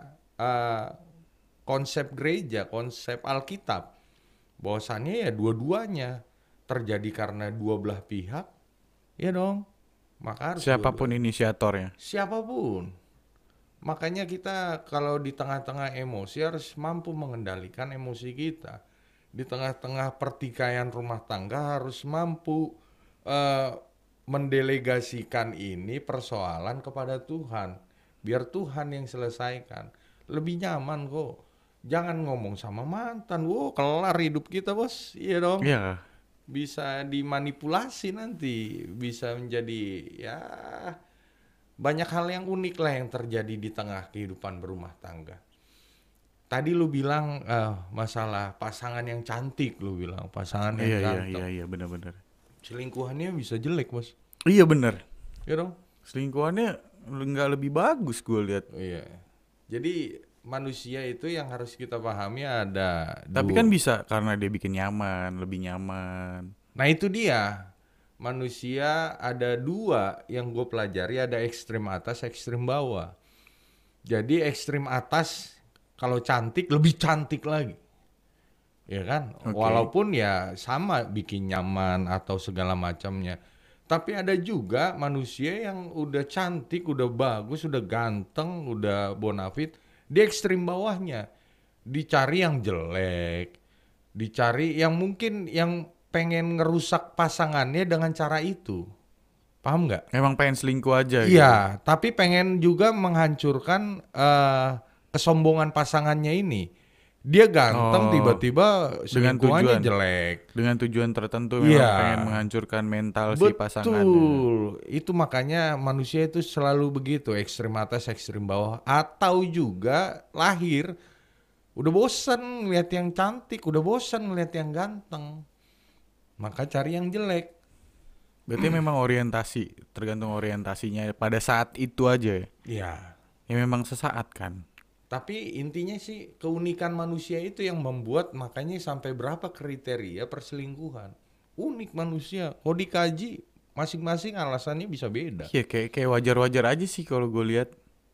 Speaker 2: konsep gereja, konsep Alkitab. Bahwasannya ya dua-duanya terjadi karena dua belah pihak. Ya dong. Maka harus
Speaker 1: Siapapun inisiatornya.
Speaker 2: siapapun. Makanya kita kalau di tengah-tengah emosi harus mampu mengendalikan emosi kita. Di tengah-tengah pertikaian rumah tangga harus mampu mendelegasikan ini persoalan kepada Tuhan. Biar Tuhan yang selesaikan. Lebih nyaman kok. Jangan ngomong sama mantan. Wow, kelar hidup kita bos. Iya dong.
Speaker 1: Iya.
Speaker 2: Bisa dimanipulasi nanti. Bisa menjadi ya banyak hal yang unik lah yang terjadi di tengah kehidupan berumah tangga. Tadi lu bilang masalah pasangan yang cantik, lu bilang pasangan yang ganteng.
Speaker 1: Iya benar-benar.
Speaker 2: Selingkuhannya bisa jelek bos.
Speaker 1: Iya benar.
Speaker 2: Ya dong.
Speaker 1: Selingkuhannya nggak lebih bagus gue lihat.
Speaker 2: Iya. Jadi manusia itu yang harus kita pahami ada
Speaker 1: Tapi kan bisa karena dia bikin nyaman, lebih nyaman.
Speaker 2: Nah itu dia. Manusia ada dua yang gue pelajari, ada ekstrem atas, ekstrem bawah. Jadi ekstrem atas kalau cantik lebih cantik lagi. Ya kan?
Speaker 1: Oke.
Speaker 2: Walaupun ya sama bikin nyaman atau segala macamnya. Tapi ada juga manusia yang udah cantik, udah bagus, udah ganteng, udah bonafit, di ekstrem bawahnya. Dicari yang jelek, dicari yang mungkin yang pengen ngerusak pasangannya dengan cara itu. Paham nggak?
Speaker 1: Memang pengen selingkuh aja gitu.
Speaker 2: Iya, tapi pengen juga menghancurkan kesombongan pasangannya ini. Dia ganteng, tiba-tiba selingkuhannya jelek.
Speaker 1: Dengan tujuan tertentu memang pengen menghancurkan mental si pasangannya.
Speaker 2: Betul. Itu makanya manusia itu selalu begitu, ekstrem atas, ekstrem bawah. Atau juga lahir udah bosan ngeliat yang cantik, udah bosan ngeliat yang ganteng. Maka cari yang jelek.
Speaker 1: Berarti memang orientasi, tergantung orientasinya pada saat itu aja ya?
Speaker 2: Iya.
Speaker 1: Ya memang sesaat kan?
Speaker 2: Tapi intinya sih keunikan manusia itu yang membuat makanya sampai berapa kriteria perselingkuhan. Unik manusia. Kalau dikaji masing-masing alasannya bisa beda.
Speaker 1: Iya kayak wajar-wajar aja sih kalau gue lihat.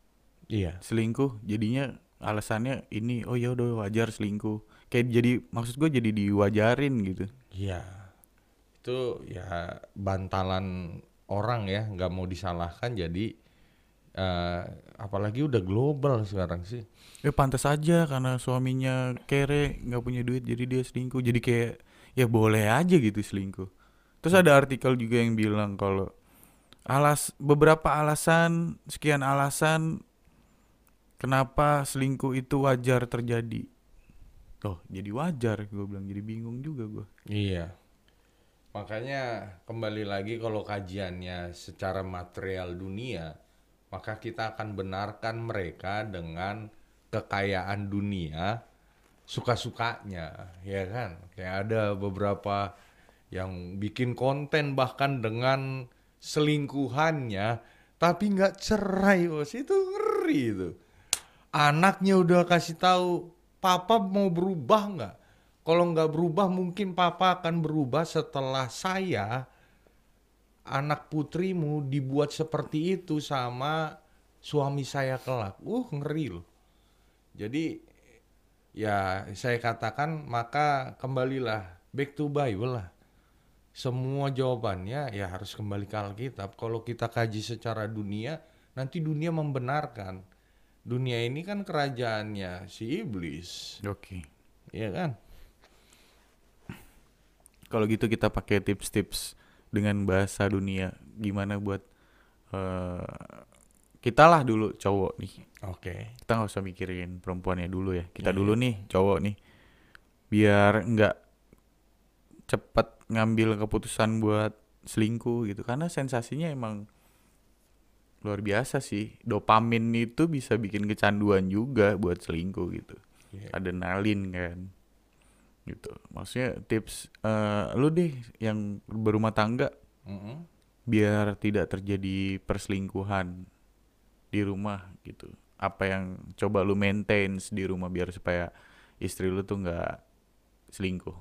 Speaker 2: Iya.
Speaker 1: selingkuh, jadinya alasannya ini, oh ya udah wajar selingkuh. Kayak jadi maksud gue jadi diwajarin gitu.
Speaker 2: Iya. Itu ya bantalan orang ya, nggak mau disalahkan. Jadi apalagi udah global sekarang sih.
Speaker 1: Pantas aja karena suaminya kere nggak punya duit jadi dia selingkuh. Jadi kayak ya boleh aja gitu selingkuh. Terus ada artikel juga yang bilang kalau beberapa alasan, sekian alasan kenapa selingkuh itu wajar terjadi. Oh, jadi wajar gue bilang, jadi bingung juga gue.
Speaker 2: Iya. Makanya kembali lagi kalau kajiannya secara material dunia, maka kita akan benarkan mereka dengan kekayaan dunia suka-sukanya, ya kan? Kayak ada beberapa yang bikin konten bahkan dengan selingkuhannya, tapi nggak cerai, bos. Itu ngeri itu. Anaknya udah kasih tahu, papa mau berubah nggak? Kalau nggak berubah, mungkin papa akan berubah setelah saya, anak putrimu, dibuat seperti itu sama suami saya kelak. Ngeri loh. Jadi ya saya katakan maka kembalilah back to Bible lah. Semua jawabannya ya harus kembali ke Alkitab. Kalau kita kaji secara dunia, nanti dunia membenarkan. Dunia ini kan kerajaannya si iblis.
Speaker 1: Oke.
Speaker 2: Iya kan?
Speaker 1: Kalau gitu kita pakai tips-tips dengan bahasa dunia. Gimana buat kita lah dulu cowok nih.
Speaker 2: Oke.
Speaker 1: Kita nggak usah mikirin perempuannya dulu ya. Kita
Speaker 2: Iya,
Speaker 1: dulu nih cowok nih. Biar nggak cepet ngambil keputusan buat selingkuh gitu. Karena sensasinya emang luar biasa sih. Dopamin itu bisa bikin kecanduan juga buat selingkuh gitu.
Speaker 2: iya.
Speaker 1: Adrenalin kan. Gitu. Maksudnya tips lu deh yang berumah tangga
Speaker 2: Mm-mm.
Speaker 1: biar tidak terjadi perselingkuhan di rumah gitu. Apa yang coba lu maintain di rumah biar supaya istri lu tuh nggak selingkuh.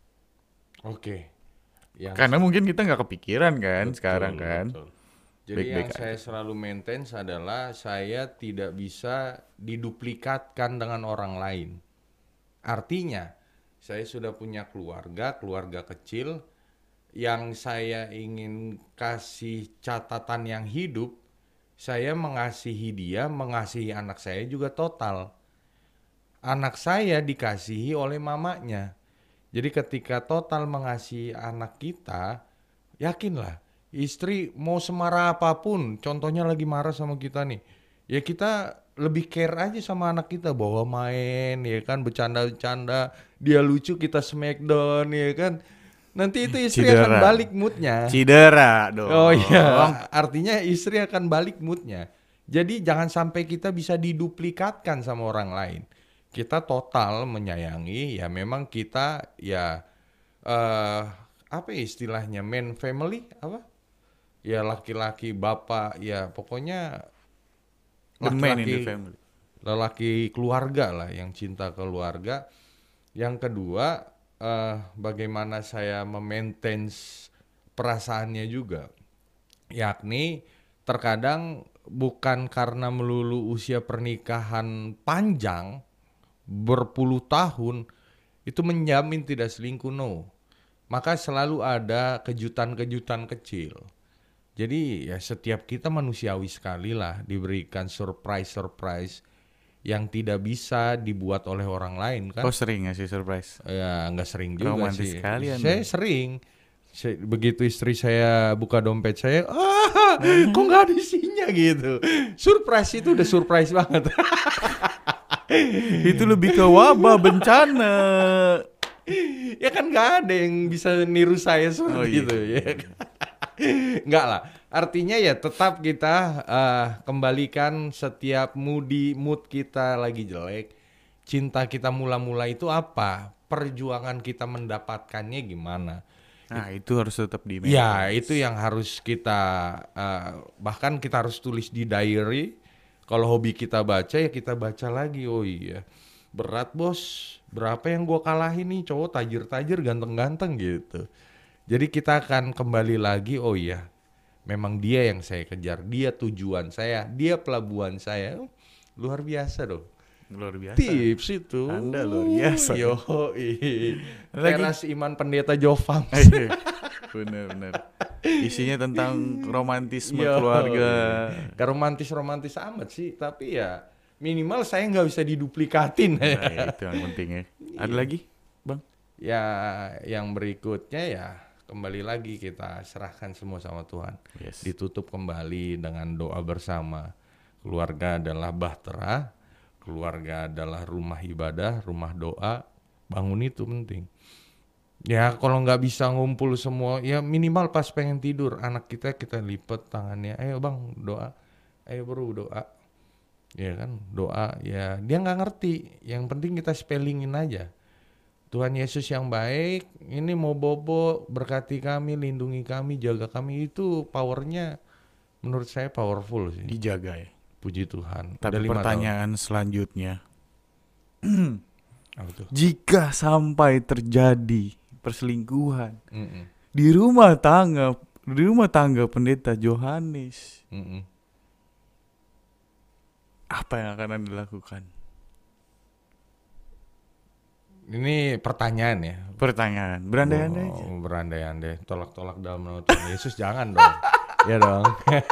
Speaker 2: Oke. Yang
Speaker 1: Karena mungkin kita nggak kepikiran kan
Speaker 2: betul,
Speaker 1: sekarang kan.
Speaker 2: betul. Jadi
Speaker 1: Baik-baik
Speaker 2: yang saya
Speaker 1: aja.
Speaker 2: selalu maintain adalah saya tidak bisa diduplikatkan dengan orang lain. Artinya, saya sudah punya keluarga kecil yang saya ingin kasih catatan yang hidup. Saya mengasihi dia, mengasihi anak saya juga total. Anak saya dikasihi oleh mamanya. Jadi ketika total mengasihi anak kita, yakinlah istri mau semarah apapun, contohnya lagi marah sama kita nih, ya kita lebih care aja sama anak kita, bawa main, ya kan, bercanda-bercanda, dia lucu kita smackdown, ya kan. Nanti itu istri akan
Speaker 1: Cedera.
Speaker 2: balik moodnya.
Speaker 1: Cedera dong.
Speaker 2: Oh iya, artinya istri akan balik moodnya. Jadi jangan sampai kita bisa diduplikatkan sama orang lain. Kita total menyayangi, ya memang kita ya apa ya istilahnya, man family apa? Ya laki-laki bapak, ya pokoknya
Speaker 1: The man in the
Speaker 2: laki-laki
Speaker 1: family.
Speaker 2: lelaki keluarga lah yang cinta keluarga. Yang kedua, bagaimana saya memaintain perasaannya juga. Yakni terkadang bukan karena melulu usia pernikahan panjang berpuluh tahun itu menjamin tidak selingkuh, no. Maka selalu ada kejutan-kejutan kecil. Jadi ya setiap kita manusiawi sekali lah diberikan surprise-surprise yang tidak bisa dibuat oleh orang lain kan.
Speaker 1: Kok sering ngasih surprise?
Speaker 2: Ya nggak sering juga
Speaker 1: Romantis
Speaker 2: sih.
Speaker 1: sekali Anda.
Speaker 2: Saya sering. Begitu istri saya buka dompet saya, kok nggak ada isinya gitu. Surprise itu udah surprise banget.
Speaker 1: Itu lebih ke wabah, bencana.
Speaker 2: Ya kan nggak ada yang bisa niru saya seperti
Speaker 1: Oh, iya.
Speaker 2: itu ya. Nggak lah. Artinya ya tetap kita kembalikan setiap mood kita lagi jelek. Cinta kita mula-mula itu apa? Perjuangan kita mendapatkannya gimana?
Speaker 1: Nah, itu harus tetap di maintain.
Speaker 2: Ya, itu yang harus kita bahkan kita harus tulis di diary. Kalau hobi kita baca ya kita baca lagi. Oh iya, berat bos. Berapa yang gua kalahin nih cowok tajir-tajir ganteng-ganteng gitu. Jadi kita akan kembali lagi. Oh iya, memang dia yang saya kejar. Dia tujuan saya. Dia pelabuhan saya. Luar biasa dong.
Speaker 1: Luar biasa.
Speaker 2: Tips itu.
Speaker 1: Anda luar biasa.
Speaker 2: Yoi.
Speaker 1: Lagi.
Speaker 2: Teras Iman Pendeta Jofam.
Speaker 1: Bener. Isinya tentang romantisme
Speaker 2: Yo,
Speaker 1: keluarga.
Speaker 2: Gak romantis amat sih, tapi ya minimal saya nggak bisa diduplikatin.
Speaker 1: Nah, itu yang penting ya. Ada lagi, Bang?
Speaker 2: Ya, yang berikutnya ya kembali lagi kita serahkan semua sama Tuhan.
Speaker 1: Yes.
Speaker 2: Ditutup kembali dengan doa bersama. Keluarga adalah bahtera, keluarga adalah rumah ibadah, rumah doa. Bangun itu penting. Ya kalau nggak bisa ngumpul semua, ya minimal pas pengen tidur anak kita lipat tangannya, ayo bang doa, ayo bro doa, ya kan doa ya dia nggak ngerti, yang penting kita spellingin aja. Tuhan Yesus yang baik, ini mau bobo berkati kami, lindungi kami, jaga kami, itu powernya menurut saya powerful sih.
Speaker 1: Dijaga ya.
Speaker 2: Puji Tuhan.
Speaker 1: Tapi pertanyaan selanjutnya,
Speaker 2: apa tuh?
Speaker 1: jika sampai terjadi perselingkuhan di rumah tangga pendeta Yohanes, apa yang akan Anda lakukan?
Speaker 2: Ini pertanyaan ya.
Speaker 1: Pertanyaan, berandai-andai aja.
Speaker 2: Berandai-andai, tolak-tolak dalam nama Tuhan Yesus jangan dong. Iya dong.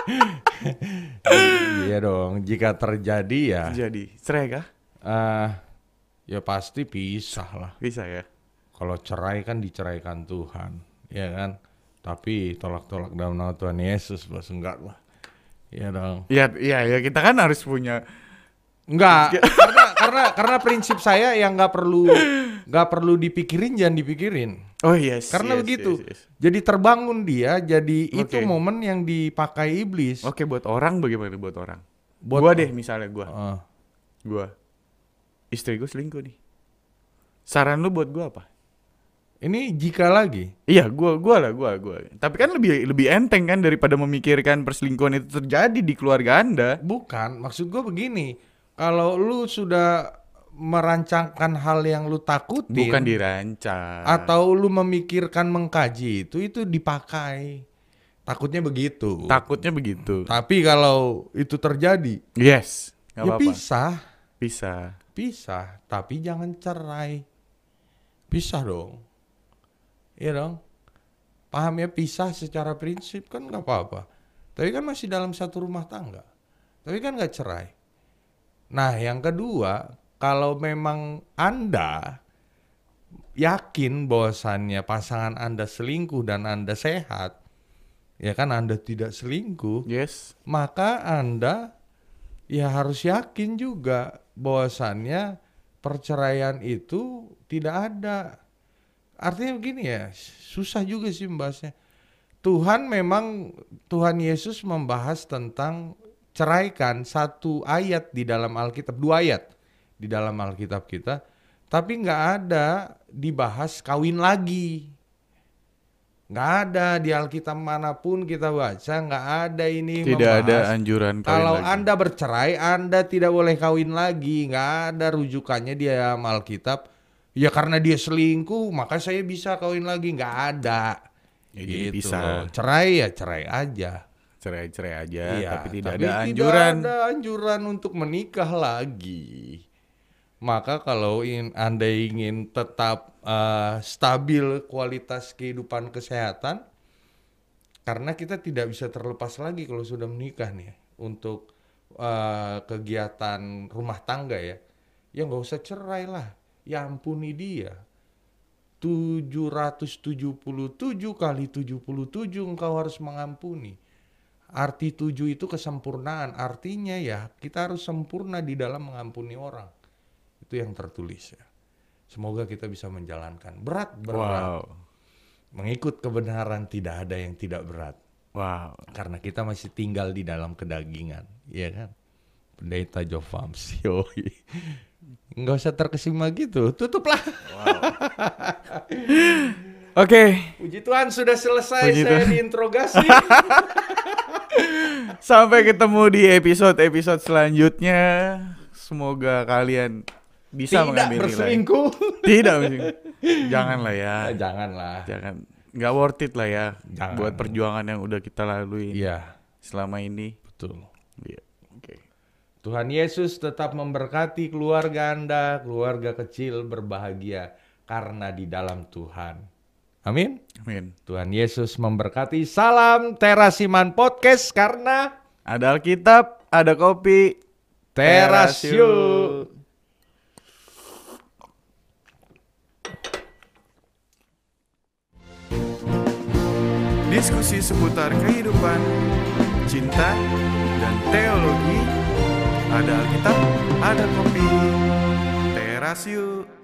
Speaker 2: Iya dong. Jika terjadi ya.
Speaker 1: Jadi cerai kah?
Speaker 2: Ya pasti pisah lah.
Speaker 1: Bisa ya.
Speaker 2: Kalau cerai kan diceraikan Tuhan, ya kan. Tapi tolak-tolak dalam nama Tuhan Yesus, bos enggak lah. Iya dong.
Speaker 1: Iya kita kan harus punya.
Speaker 2: Enggak. karena prinsip saya yang nggak perlu dipikirin, jangan dipikirin.
Speaker 1: Oh yes.
Speaker 2: Karena
Speaker 1: yes,
Speaker 2: begitu.
Speaker 1: Yes.
Speaker 2: Jadi terbangun dia, jadi itu
Speaker 1: Okay.
Speaker 2: momen yang dipakai iblis.
Speaker 1: Oke, buat orang bagaimana buat orang?
Speaker 2: Buat
Speaker 1: Gua deh misalnya gua.
Speaker 2: Ah.
Speaker 1: Gua. Istri gua selingkuh nih. Saran lu buat gua apa?
Speaker 2: Ini jika lagi.
Speaker 1: Iya, gua. Tapi kan lebih enteng kan daripada memikirkan perselingkuhan itu terjadi di keluarga Anda.
Speaker 2: Bukan, maksud gue begini. Kalau lu sudah merancangkan hal yang lu takutin,
Speaker 1: Bukan dirancang.
Speaker 2: atau lu memikirkan mengkaji itu dipakai. Takutnya begitu.
Speaker 1: Takutnya begitu.
Speaker 2: Tapi kalau itu terjadi,
Speaker 1: Yes. Gak
Speaker 2: ya
Speaker 1: apa-apa.
Speaker 2: pisah.
Speaker 1: Bisa.
Speaker 2: Tapi jangan cerai. Pisah dong. Iya dong. Paham ya, pisah secara prinsip kan gak apa-apa. Tapi kan masih dalam satu rumah tangga. Tapi kan gak cerai. Nah yang kedua, kalau memang Anda yakin bahwasannya pasangan Anda selingkuh dan Anda sehat, ya kan Anda tidak selingkuh,
Speaker 1: Yes.
Speaker 2: maka Anda ya harus yakin juga bahwasannya perceraian itu tidak ada. Artinya begini ya, susah juga sih membahasnya. Tuhan Yesus membahas tentang ceraikan satu ayat di dalam Alkitab, 2 ayat di dalam Alkitab kita, tapi nggak ada dibahas kawin lagi. Nggak ada di Alkitab manapun kita baca, nggak ada ini
Speaker 1: Tidak
Speaker 2: membahas
Speaker 1: ada anjuran kawin
Speaker 2: kalau
Speaker 1: lagi.
Speaker 2: Anda bercerai, Anda tidak boleh kawin lagi. Nggak ada rujukannya di dalam Alkitab. Ya karena dia selingkuh, maka saya bisa kawin lagi. Nggak ada.
Speaker 1: Ya, jadi
Speaker 2: Gitu.
Speaker 1: bisa.
Speaker 2: Cerai ya cerai aja.
Speaker 1: Cerai-cerai aja,
Speaker 2: Iya,
Speaker 1: tapi tidak ada anjuran.
Speaker 2: Tidak ada anjuran untuk menikah lagi. Maka kalau Anda ingin tetap stabil kualitas kehidupan kesehatan, karena kita tidak bisa terlepas lagi kalau sudah menikah nih untuk kegiatan rumah tangga ya nggak usah cerai lah, ya ampuni dia. 777 kali 77 engkau harus mengampuni. Arti 7 itu kesempurnaan, artinya ya kita harus sempurna di dalam mengampuni orang. Itu yang tertulis ya. Semoga kita bisa menjalankan. Berat.
Speaker 1: Wow.
Speaker 2: Mengikut kebenaran tidak ada yang tidak berat.
Speaker 1: Wow.
Speaker 2: Karena kita masih tinggal di dalam kedagingan, ya kan? Pendeta Jofams, yoi. Nggak usah terkesima gitu, tutuplah.
Speaker 1: Oke.
Speaker 2: Puji Tuhan sudah selesai,
Speaker 1: Puji
Speaker 2: saya
Speaker 1: Tuhan.
Speaker 2: diinterogasi.
Speaker 1: Sampai ketemu di episode selanjutnya. Semoga kalian bisa
Speaker 2: Tidak
Speaker 1: mengambil nilai.
Speaker 2: berselingkuh.
Speaker 1: Tidak berselingkuh. Janganlah ya.
Speaker 2: Janganlah.
Speaker 1: Jangan. Nggak worth it lah ya.
Speaker 2: Jangan.
Speaker 1: Buat perjuangan yang udah kita lalui
Speaker 2: Iya,
Speaker 1: selama ini.
Speaker 2: betul.
Speaker 1: Iya. Oke.
Speaker 2: Tuhan Yesus tetap memberkati keluarga Anda, keluarga kecil berbahagia karena di dalam Tuhan. Amin.
Speaker 1: Amin.
Speaker 2: Tuhan Yesus memberkati. Salam Terasiman Podcast karena
Speaker 1: Ada Alkitab, ada kopi.
Speaker 2: Terasio.
Speaker 1: Diskusi seputar kehidupan, cinta, dan teologi. Ada Alkitab, ada kopi. Teras yuk.